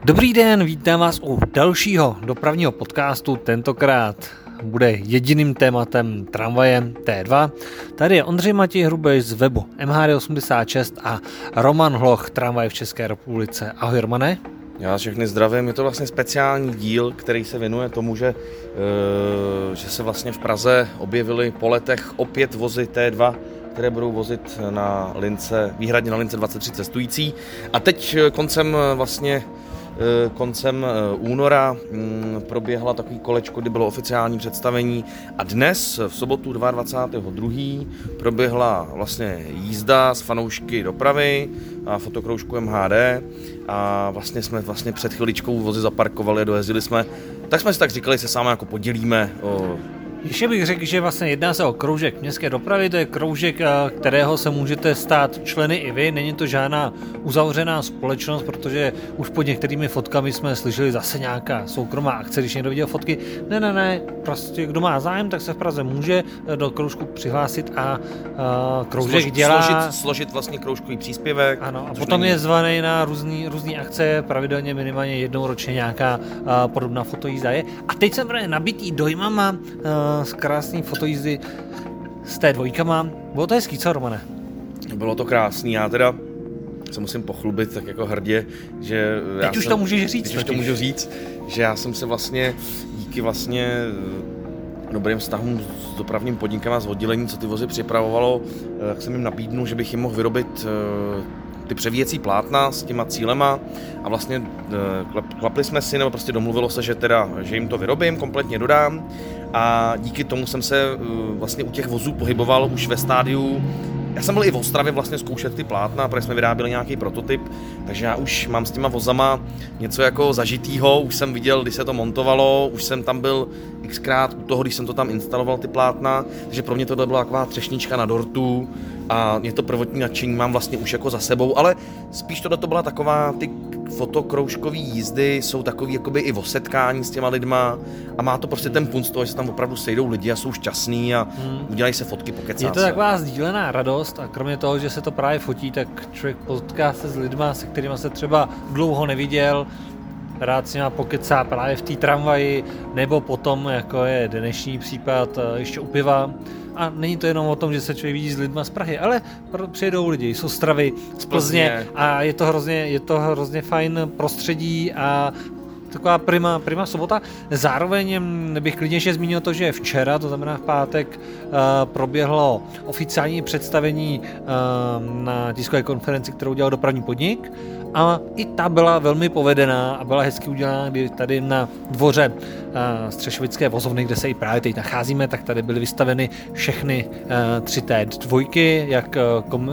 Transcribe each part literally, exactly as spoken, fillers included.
Dobrý den, vítám vás u dalšího dopravního podcastu, tentokrát bude jediným tématem tramvajem T dva. Tady je Ondřej Matěj Hrubej z webu M H D osmdesát šest a Roman Hloch, tramvaj v České republice. Ahoj Romane. Já vás všechny zdravím, je to vlastně speciální díl, který se věnuje tomu, že, e, že se vlastně v Praze objevily po letech opět vozy T dva, které budou vozit na lince, výhradně na lince dvacet tři cestující. A teď koncem vlastně koncem února proběhla takový kolečko, kdy bylo oficiální představení a dnes v sobotu dvacátého druhého proběhla vlastně jízda s fanoušky dopravy a fotokroužku M H D a vlastně jsme vlastně před chviličkou vozy zaparkovali a dojezdili jsme, tak jsme si tak říkali, se sami jako podělíme o... Ještě bych řekl, že vlastně jedná se o kroužek městské dopravy, to je kroužek, kterého se můžete stát členy i vy, není to žádná uzavřená společnost, protože už pod některými fotkami jsme slyšeli zase nějaká soukromá akce, když někdo viděl fotky. Ne, ne, ne, prostě kdo má zájem, tak se v Praze může do kroužku přihlásit a, a kroužek Složit, dělá... Složit, složit vlastně kroužkový příspěvek. Ano, a potom není... je zvaný na různý, různý akce, pravidelně minimálně jednou ročně nějaká a, podobná fotojízda je. A teď jsem právě nabitý dojmama a, z krásný fotojízdy s T dva. Bylo to hezký, co Romane? Bylo to krásný, já teda se musím pochlubit tak jako hrdě, že... Teď už jsem, to můžeš říct. Teď už to můžu říct, že já jsem se vlastně díky vlastně dobrým vztahům s dopravním podnikem a s oddělení, co ty vozy připravovalo, tak jsem jim nabídnul, že bych jim mohl vyrobit ty převíjecí plátna s těma cílema a vlastně klapli jsme si, nebo prostě domluvilo se, že teda, že jim to vyrobím, kompletně dodám a díky tomu jsem se vlastně u těch vozů pohyboval už ve stádiu. Já jsem byl i v Ostravě vlastně zkoušet ty plátna, protože jsme vyráběli nějaký prototyp, takže já už mám s těma vozama něco jako zažitýho, už jsem viděl, když se to montovalo, už jsem tam byl xkrát u toho, když jsem to tam instaloval ty plátna, takže pro mě tohle byla taková třešnička na dortu a mě to prvotní nadšení mám vlastně už jako za sebou, ale spíš tohle to byla taková, ty fotokroužkový jízdy jsou takový jakoby i o setkání s těma lidma a má to prostě ten punt z toho, že se tam opravdu sejdou lidi a jsou šťastní a hmm. udělají se fotky, pokecá se. Je to taková sdílená radost a kromě toho, že se to právě fotí, tak člověk potká se s lidma, se kterými se třeba dlouho neviděl, rád s nima pokecá právě v té tramvaji, nebo potom, jako je dnešní případ, ještě u piva. A není to jenom o tom, že se člověk vidí s lidma z Prahy, ale přijedou lidi z Ostravy, z Plzně a je to hrozně, je to hrozně fajn prostředí a taková prima, prima sobota. Zároveň bych klidně ještě zmínil to, že včera, to znamená v pátek, proběhlo oficiální představení na tiskové konferenci, kterou dělal dopravní podnik. A i ta byla velmi povedená a byla hezky udělaná, kdy tady na dvoře Střešovické vozovny, kde se i právě teď nacházíme, tak tady byly vystaveny všechny tři T dva, jak kom,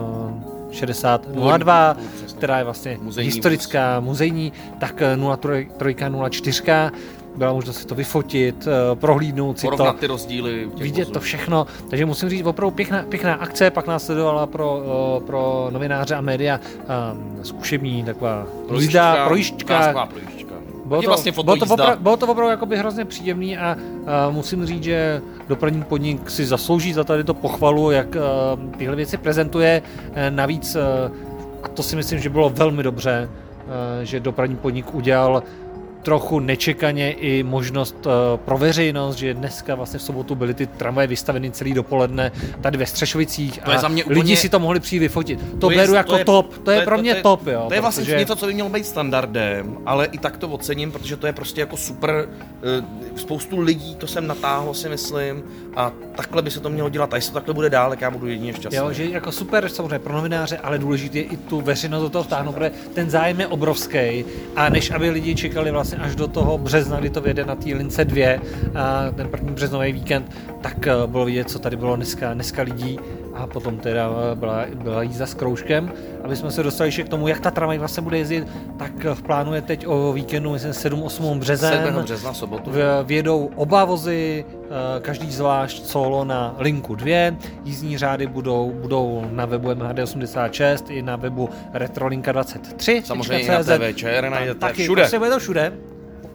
šedesát nula dva, která je vlastně muzejní historická, voz. muzejní, tak nula tři, nula čtyři, byla možnost si to vyfotit, prohlídnout si porovnat to, ty rozdíly, vidět vozů. To všechno, takže musím říct opravdu pěkná, pěkná akce, pak následovala pro, pro novináře a média zkušební taková jízda, projížďka. Bylo to, vlastně bylo, to opra- bylo to opravdu jakoby hrozně příjemný a, a musím říct, že dopravní podnik si zaslouží za tady to pochvalu, jak a, tyhle věci prezentuje. A navíc, a, a to si myslím, že bylo velmi dobře, a, že dopravní podnik udělal trochu nečekaně i možnost uh, pro veřejnost, že dneska vlastně v sobotu byly ty tramvaje vystaveny celý dopoledne tady ve Střešovicích a úplně... lidi si to mohli přijít vyfotit. To, to beru je, jako to je, top, to, to je pro mě to je, top, jo. To je vlastně protože... něco, co by mělo být standardem, ale i tak to ocením, protože to je prostě jako super, uh, spoustu lidí to sem natáhlo, si myslím, a takhle by se to mělo dělat, a jestli to takhle bude dál, tak já budu jedině šťastný. Jo, že jako super samozřejmě pro novináře, ale důležité je i tu veřejnost do toho vtáhnout, protože ten zájem je obrovský a než aby lidi čekali vlastně až do toho března, kdy to vyjede na té lince dvě, a ten první březnový víkend, tak bylo vidět, co tady bylo dneska, dneska lidí a potom teda byla, byla jízda s kroužkem. Aby jsme se dostali ještě k tomu, jak ta tramvaj vlastně bude jezdit, tak v plánu je teď o víkendu, myslím sedm osm březen. sedmého března, sobotu. Vjedou oba vozy, každý zvlášť solo na linku dvě. Jízdní řády budou, budou na webu M H D osmdesát šest i na webu Retrolinka dvacet tři. Samozřejmě i na T V Č R najdete všude. Prostě bude to všude.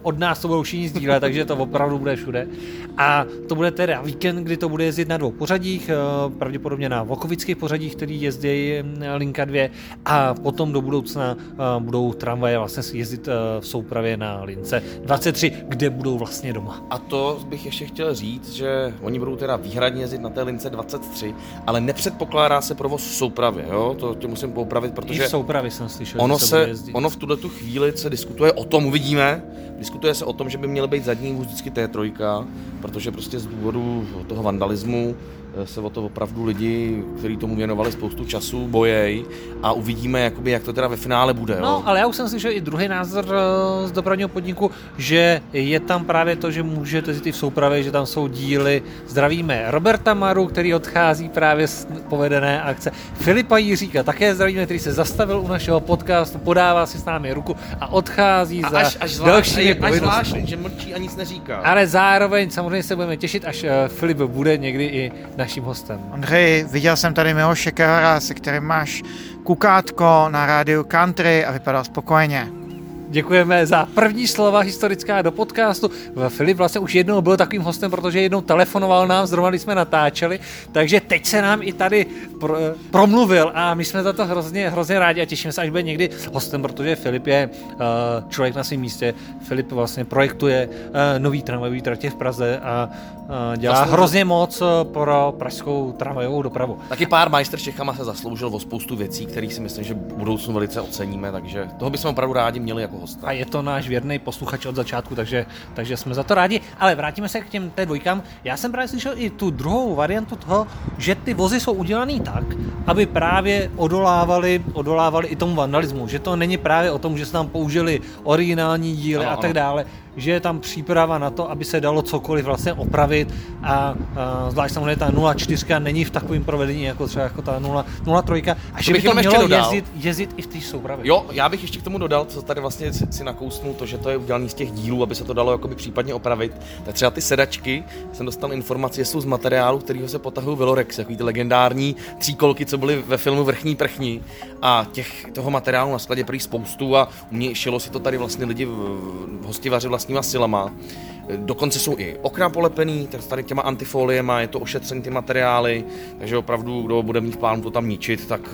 od nás to budou všichni sdílet, takže to opravdu bude všude. A to bude teda víkend, kdy to bude jezdit na dvou pořadích, pravděpodobně na Volkovických pořadích, který jezdí linka dvě, a potom do budoucna budou tramvaje vlastně jezdit v soupravě na lince dvacet tři, kde budou vlastně doma. A to bych ještě chtěl říct, že oni budou teda výhradně jezdit na té lince dvacet tři, ale nepředpokládá se provoz v soupravě, jo? To tě musím poupravit, protože i v soupravě jsem slyšel, ono že se, se, bude jezdit. ono v tuto chvíli se diskutuje o tom, uvidíme, diskutuje se o tom, že by měl být zadní vůz vždycky té trojka, protože prostě z důvodu toho vandalismu se o to opravdu lidi, kteří tomu věnovali spoustu času, bojej, a uvidíme, jakoby, jak to teda ve finále bude. Jo? No, ale já už jsem slyšel i druhý názor z dopravního podniku, že je tam právě to, že můžete jít v soupravě, že tam jsou díly. Zdravíme Roberta Maru, který odchází právě z povedené akce. Filipa Jiříka také zdravíme, který se zastavil u našeho podcastu, podává si s námi ruku a odchází a za až, až dalšími až zvláštní, že mlčí a nic neříká. Ale zároveň samozřejmě se budeme těšit, až Filip bude někdy i naším hostem. Ondřej, viděl jsem tady Miloše Kehra, se kterým máš kukátko na rádiu Country a vypadal spokojeně. Děkujeme za první slova historická do podcastu. Filip vlastně už jednou byl takovým hostem, protože jednou telefonoval nám, zrovna když jsme natáčeli, takže teď se nám i tady pro, promluvil a my jsme za to hrozně, hrozně rádi a těšíme se, až bude někdy hostem, protože Filip je uh, člověk na svém místě. Filip vlastně projektuje uh, nový tramvajový tratě v Praze a uh, dělá zasloužil. hrozně moc pro pražskou tramvajovou dopravu. Taky pár majster Čechama se zasloužil o spoustu věcí, které si myslím, že v budoucnu velice oceníme, takže toho bychom opravdu rádi měli jako hosta. A je to náš věrný posluchač od začátku, takže, takže jsme za to rádi. Ale vrátíme se k těm té dvojkám. Já jsem právě slyšel i tu druhou variantu toho, že ty vozy jsou udělaný tak, aby právě odolávali, odolávali i tomu vandalismu. Že to není právě o tom, že se tam použili originální díly ano, a tak dále. Že je tam příprava na to, aby se dalo cokoliv vlastně opravit a, a zvlášť samozřejmě ta nula čtyři není v takovém provedení jako třeba jako ta nula tři a že by to mělo jezdit, jezdit i v té soupravě. Jo, já bych ještě k tomu dodal, co tady vlastně si nakousnul, to, že to je udělané z těch dílů, aby se to dalo jakoby případně opravit. Tak třeba ty sedačky, jsem dostal informaci, že jsou z materiálu, kterýho se potahují Velorex, takový ty legendární tříkolky, co byly ve filmu Vrchní prchní, a těch toho materiálu na skladě prý spoustu a šilo si to tady vlastně lidi v, v hostivaři vlastníma silama. Dokonce jsou i okna polepený, tak tady těma antifoliema, je to ošetřený ty materiály, takže opravdu, kdo bude mít v plánu to tam ničit, tak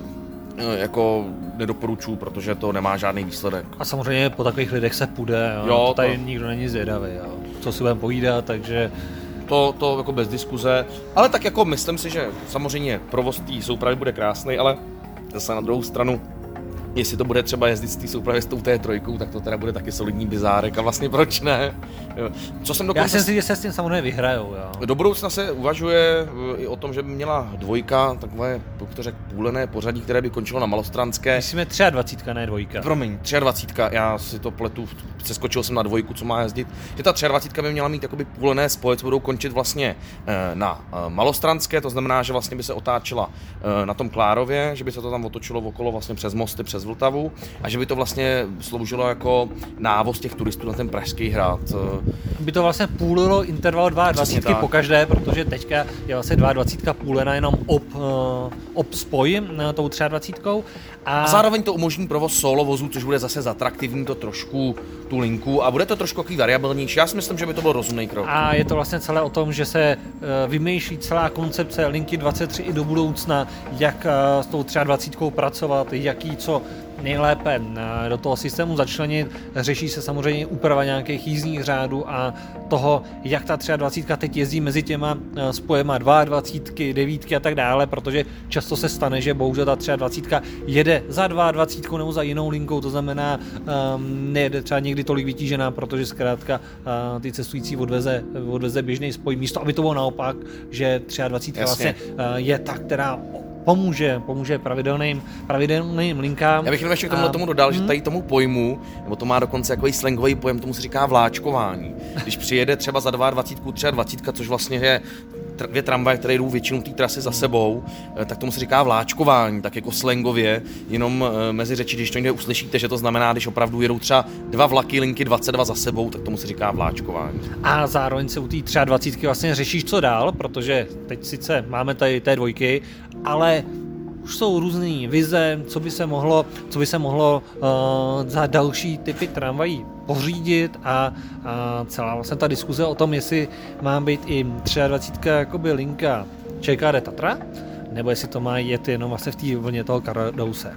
jako nedoporučuji, protože to nemá žádný výsledek. A samozřejmě po takových lidech se půjde, jo, jo, to tady to... nikdo není zvědavý, jo. Co si budeme povídat, takže... To, to jako bez diskuze, ale tak jako myslím si, že samozřejmě provoz té soupravy bude krásný, ale zase na druhou stranu, jestli to bude třeba jezdit z té soupravy s tou té trojkou, tak to teda bude taky solidní bizárek a vlastně proč ne? Co jsem dokonce... Já si myslím, že se s tím samozřejmě vyhrajou. Jo. Do budoucna se uvažuje i o tom, že by měla dvojka, takové, pokud to řekl, půlené pořadí, které by končilo na Malostranské. Myslíme dvacet tři, ne dvojka. Promiň, dvacet tři, já si to pletu, přeskočil jsem na dvojku, co má jezdit. Že ta dvacet tři by měla mít jakoby půlené spoje, co budou končit vlastně na Malostranské, to znamená, že vlastně by se otáčela na tom Klárově, že by se to tam otočilo okolo vlastně přes mosty, přes Vltavu a že by to vlastně sloužilo jako návoz těch turistů na ten Pražský hrad. By to vlastně půlilo interval dvacet dva po každé, protože teďka je vlastně dvacet dva půlena jenom ob, ob spoj tou dvacet tři. A... a zároveň to umožní provoz solo vozů, což bude zase zatraktivní to trošku tu linku a bude to trošku takový variabilnější. Já si myslím, že by to byl rozumný krok. A je to vlastně celé o tom, že se vymýšlí celá koncepce linky dvacet tři i do budoucna, jak s tou dvacet tři pracovat, jaký co nejlépe do toho systému začlenit. Řeší se samozřejmě úprava nějakých jízdních řádů a toho, jak ta dvacet tři teď jezdí mezi těma spojema dvacet dva, devět a tak dále, protože často se stane, že bohužel ta dvacet tři jede za dvacet dva nebo za jinou linkou, to znamená um, nejede třeba někdy tolik vytížená, protože zkrátka uh, ty cestující odveze, odveze běžný spoj, místo aby to bylo naopak, že dvacet tři vlastně uh, je ta, která pomůže, pomůže pravidelným, pravidelným linkám. Já bych jenom ještě k tomu, a... tomu dodal, hmm. že tady tomu pojmu, nebo to má dokonce takový slangový pojem, tomu se říká vláčkování. Když přijede třeba za dvacet dva, dvacet tři, což vlastně je dvě tramvaje, které jdou většinou té trasy za sebou, tak tomu se říká vláčkování, tak jako slangově, jenom mezi řeči, když to někde uslyšíte, že to znamená, když opravdu jedou třeba dva vlaky linky dvacet dva za sebou, tak tomu se říká vláčkování. A zároveň se u té dvacet tři vlastně řešíš co dál, protože teď sice máme tady té dvojky, ale už jsou různé vize, co by se mohlo, co by se mohlo uh, za další typy tramvají pořídit a, a celá vlastně ta diskuze o tom, jestli má být i dvacet tři jakoby linka ČKD Tatra, nebo jestli to má jet jenom vlastně v té vlně toho Cardouse.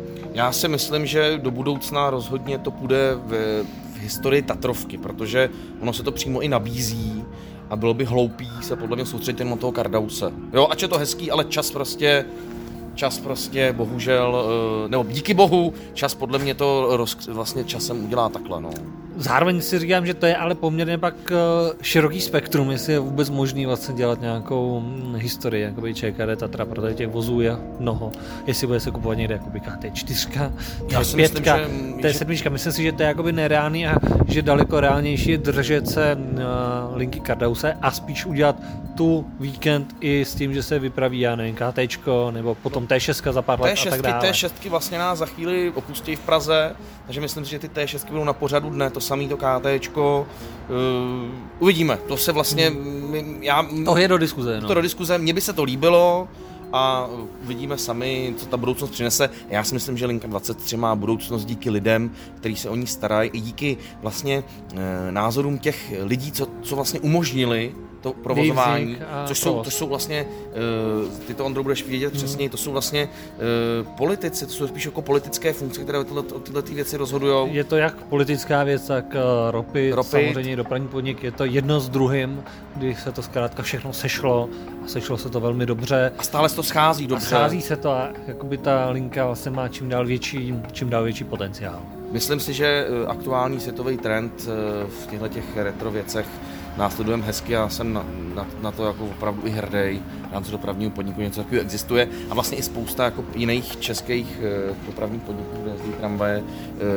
Já si myslím, že do budoucna rozhodně to půjde v, v historii Tatrovky, protože ono se to přímo i nabízí a bylo by hloupý se podle mě soustředit jen na toho Cardouse. Jo, ač je to hezký, ale čas prostě, čas prostě bohužel, nebo díky bohu, čas podle mě to roz, vlastně časem udělá takhle, no. Zároveň si říkám, že to je ale poměrně pak široký spektrum, jestli je vůbec možný vlastně dělat nějakou historii, jakoby ČKD Tatra, protože těch vozů je mnoho. Jestli bude se kupovat někde jakoby K T čtyři, T pět, T sedm, myslím si, že to je jakoby nereálný a že daleko reálnější je držet se linky Cardouse a spíš udělat tu víkend i s tím, že se vypraví, já nevím, KTčko, nebo potom T šest za pár let a tak dále. T šest vlastně nás za chvíli opustí v Praze, takže myslím si, že ty T šest budou na pořadu dne, to samý to KTčko, uh, uvidíme, to se vlastně, já... To je do diskuze, no. To do diskuze, mně by se to líbilo a vidíme sami, co ta budoucnost přinese. Já si myslím, že linka dvacet tři má budoucnost díky lidem, kteří se o ní starají, i díky vlastně e, názorům těch lidí, co, co vlastně umožnili to provozování, což jsou, to jsou vlastně, uh, ty to, Ondro, budeš vědět hmm. přesně, to jsou vlastně uh, politici, to jsou spíš jako politické funkce, které o tyhle, o tyhle ty věci rozhodujou. Je to jak politická věc, tak uh, ropy, ropy, samozřejmě dopravní podnik, je to jedno s druhým, kdy se to zkrátka všechno sešlo a sešlo se to velmi dobře. A stále se to schází dobře. A schází se to a jakoby ta linka vlastně má čím dál větší, čím dál větší potenciál. Myslím si, že aktuální světový trend v těchto těch retro věcech následujeme hezky a jsem na, na, na to jako opravdu i hrdý. V rámci dopravního podniku něco takového existuje a vlastně i spousta jako jiných českých e, dopravních podniků, kde jezdí tramvaje, e,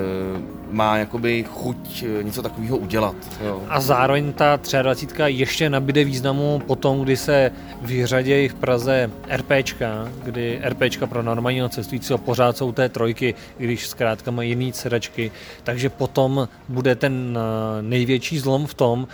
má jakoby chuť e, něco takového udělat. Jo. A zároveň ta dvacet tři ještě nabíde významu potom, kdy se vyřadějí v Praze RPčka, kdy RPčka pro normálního cestujícího pořád jsou té trojky, když zkrátka mají jiný sedačky, takže potom bude ten největší zlom v tom,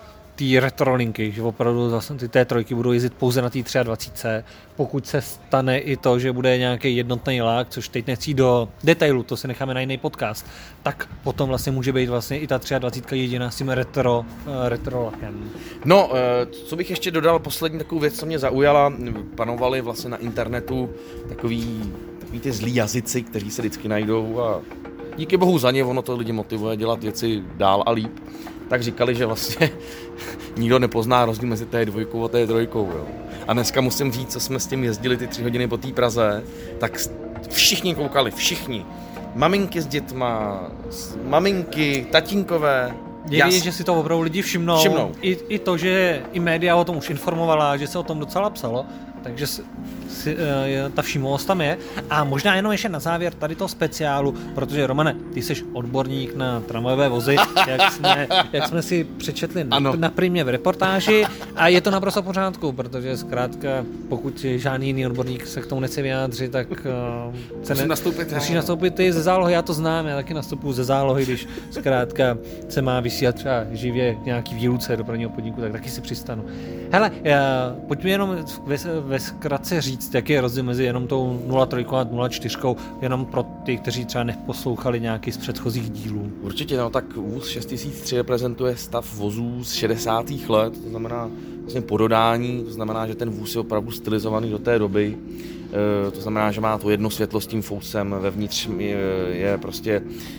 ty retrolinky, že opravdu vlastně ty té trojky budou jezdit pouze na té dvacet tři. Pokud se stane i to, že bude nějaký jednotný lák, což teď nechci do detailu, to si necháme na jiný podcast, tak potom vlastně může být vlastně i ta dvacet tři jediná s tím retro, retro lakem. No, co bych ještě dodal, poslední takovou věc, co mě zaujala, panovaly vlastně na internetu takový, takový ty zlí jazyci, kteří se vždycky najdou a díky bohu za ně, ono to lidi motivuje dělat věci dál a líp. Tak říkali, že vlastně nikdo nepozná rozdíl mezi té dvojkou a té trojkou. Jo. A dneska musím říct, co jsme s tím jezdili ty tři hodiny po té Praze, tak všichni koukali, všichni. Maminky s dětma, maminky, tatínkové. Je vidět, že si to opravdu lidi všimnou. všimnou. I, I to, že i média o tom už informovala, že se o tom docela psalo, takže si, si, ta všímavost tam je. A možná jenom ještě na závěr tady toho speciálu, protože Romane, ty jsi odborník na tramvajové vozy, jak jsme, jak jsme si přečetli na, na Primě v reportáži a je to naprosto v pořádku, protože zkrátka, pokud žádný jiný odborník se k tomu nechce vyjádřit, tak uh, se musí nastoupit, musí nastoupit ty ze zálohy, já to znám, já taky nastupuju ze zálohy, když zkrátka se má vysílat třeba živě nějaký výluce dopravního podniku, tak taky si přistanu. Hele, uh, pojďme jenom ve, ve zkratce říct, jaký je rozdíl mezi jenom tou nula tři a nula čtyři, jenom pro ty, kteří třeba neposlouchali nějaký z předchozích dílů. Určitě, no tak vůz šest tisíc tři reprezentuje stav vozů z šedesátých let, to znamená vlastně po dodání, to znamená, že ten vůz je opravdu stylizovaný do té doby, e, to znamená, že má to jedno světlo s tím fousem, vevnitř je, je prostě,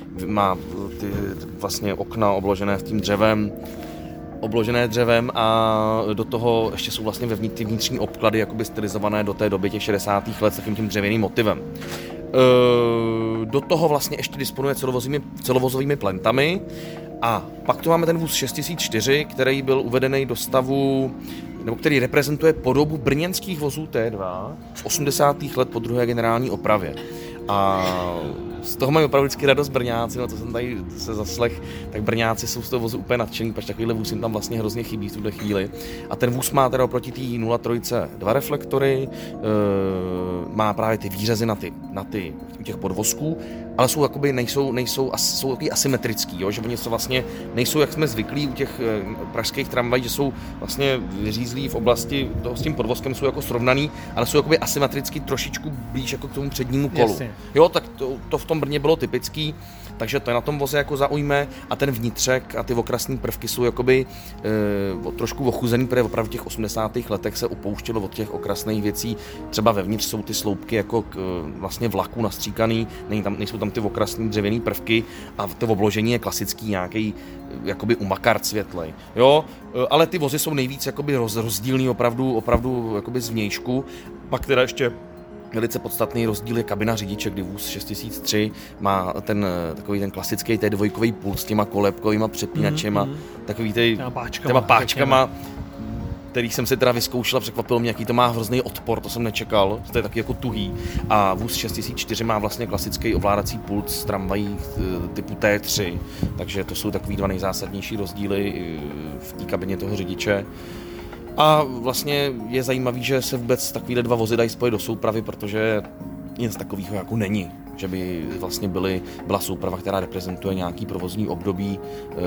má ty vlastně okna obložené tím dřevem, obložené dřevem a do toho ještě jsou vlastně vevnitř ty vnitřní obklady jakoby stylizované do té doby těch šedesátých let s takovým tím dřevěným motivem. E, do toho vlastně ještě disponuje celovozovými, celovozovými plentami a pak tu máme ten vůz šest tisíc čtyři, který byl uvedený do stavu, nebo který reprezentuje podobu brněnských vozů T dva z osmdesátých let po druhé generální opravě. A z toho mají opravdu vždycky radost Brňáci, no to jsem tady se zaslech, tak Brňáci jsou z toho vozu úplně nadšení, protože takovýhle vůz jim tam vlastně hrozně chybí v tuhle chvíli. A ten vůz má teda oproti té nula tři dva reflektory, e, má právě ty výřezy na ty, na ty těch podvozků, ale jsou jakoby nejsou, nejsou jsou takový asymetrický, jo? Že oni jsou vlastně nejsou, jak jsme zvyklí u těch e, pražských tramvají, že jsou vlastně vyřízlí v oblasti toho s tím podvozkem, jsou jako srovnaný, ale jsou jakoby asymetrický trošičku blíž jako k tomu přednímu kolu. Jasně. Jo, tak to, to v tom Brně bylo typický, takže to je na tom voze jako zaujme a ten vnitřek a ty okrasní prvky jsou jakoby e, trošku ochuzený, protože opravdu v těch osmdesátých letech se upouštělo od těch okrasných věcí, třeba vevnitř jsou ty sloupky jako k, vlastně vlaku nastříkaný, není tam, nejsou tam ty okrasní dřevěný prvky a to obložení je klasický nějaký jakoby umakart světlej, jo, ale ty vozy jsou nejvíc jakoby roz, rozdílný opravdu, opravdu jakoby zvnějšku, pak teda ještě velice podstatný rozdíl je kabina řidiče, kdy vůz šest tisíc tři má ten takový ten klasický té dvojkový pult s těma kolébkovýma přepínačema, mm-hmm. takový ty, páčkama, těma páčkama, kterých jsem si teda vyzkoušel a překvapilo mě, jaký to má hrozný odpor, to jsem nečekal, to je taky jako tuhý. A vůz šest tisíc čtyři má vlastně klasický ovládací pult z tramvají typu T tři, takže to jsou takový dva nejzásadnější rozdíly v té kabině toho řidiče. A vlastně je zajímavý, že se vůbec takovýhle dva vozy dají spojit do soupravy, protože nic takového jako není. Že by vlastně byly, byla souprava, která reprezentuje nějaký provozní období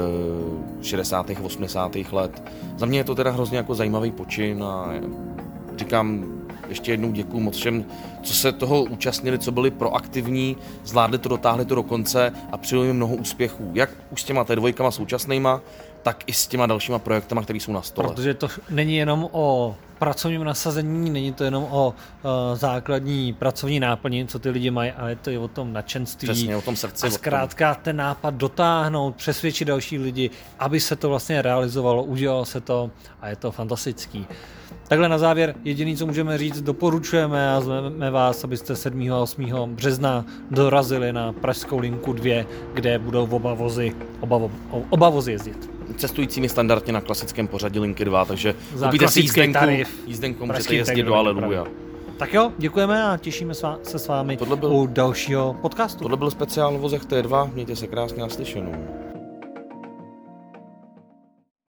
e, šedesátých osmdesátých let. Za mě je to teda hrozně jako zajímavý počin a říkám ještě jednou děkuju moc všem, co se toho účastnili, co byli proaktivní, zvládli to, dotáhli to do konce a přijeli mnoho úspěchů. Jak už s těma té dvojkama současnýma, tak i s těma dalšíma projektama, které jsou na stole. Protože to není jenom o pracovním nasazení, není to jenom o uh, základní pracovní náplni, co ty lidi mají, ale je to i o tom nadšenství. Přesně, o tom srdci. A zkrátka ten nápad dotáhnout, přesvědčit další lidi, aby se to vlastně realizovalo, udělalo se to a je to fantastický. Takhle na závěr jediný, co můžeme říct, doporučujeme a zveme vás, abyste sedmého a osmého března dorazili na pražskou linku dva, kde budou oba vozy, oba, oba vozy jezdit. Cestujícími standardně na klasickém pořadí linky dva, takže za koupíte si jízdenku, tarif, jízdenku můžete jezdit do Aleluja. Tak jo, děkujeme a těšíme se s vámi byl, u dalšího podcastu. Tohle byl speciál o vozech T dva, mějte se krásně naslyšenou.